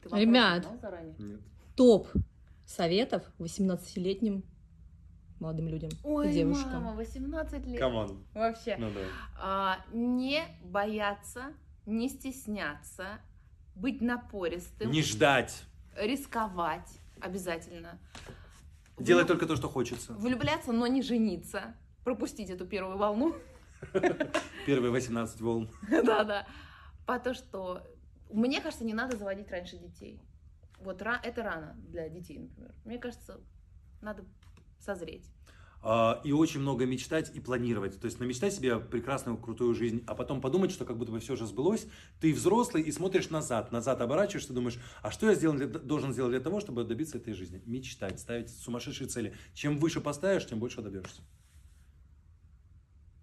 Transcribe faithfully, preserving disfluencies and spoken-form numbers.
Ты вопрос Ребят, знал заранее? Нет. топ советов восемнадцатилетним молодым людям Ой, и девушкам. мама, восемнадцать лет. Камон. Вообще. Ну да. А, не бояться, не стесняться, быть напористым, Не ждать. рисковать обязательно. Делать Влю- только то, что хочется. Влюбляться, но не жениться. Пропустить эту первую волну. Первые восемнадцать волн. Да-да. Потому что, мне кажется, не надо заводить раньше детей. Вот ра- это рано для детей, например. Мне кажется, надо созреть. А, И очень много мечтать и планировать. То есть намечтать себе прекрасную, крутую жизнь, а потом подумать, что как будто бы все же сбылось. Ты взрослый и смотришь назад. Назад оборачиваешься, думаешь, а что я сделал для- должен сделать для того, чтобы добиться этой жизни? Мечтать, ставить сумасшедшие цели. Чем выше поставишь, тем больше доберешься.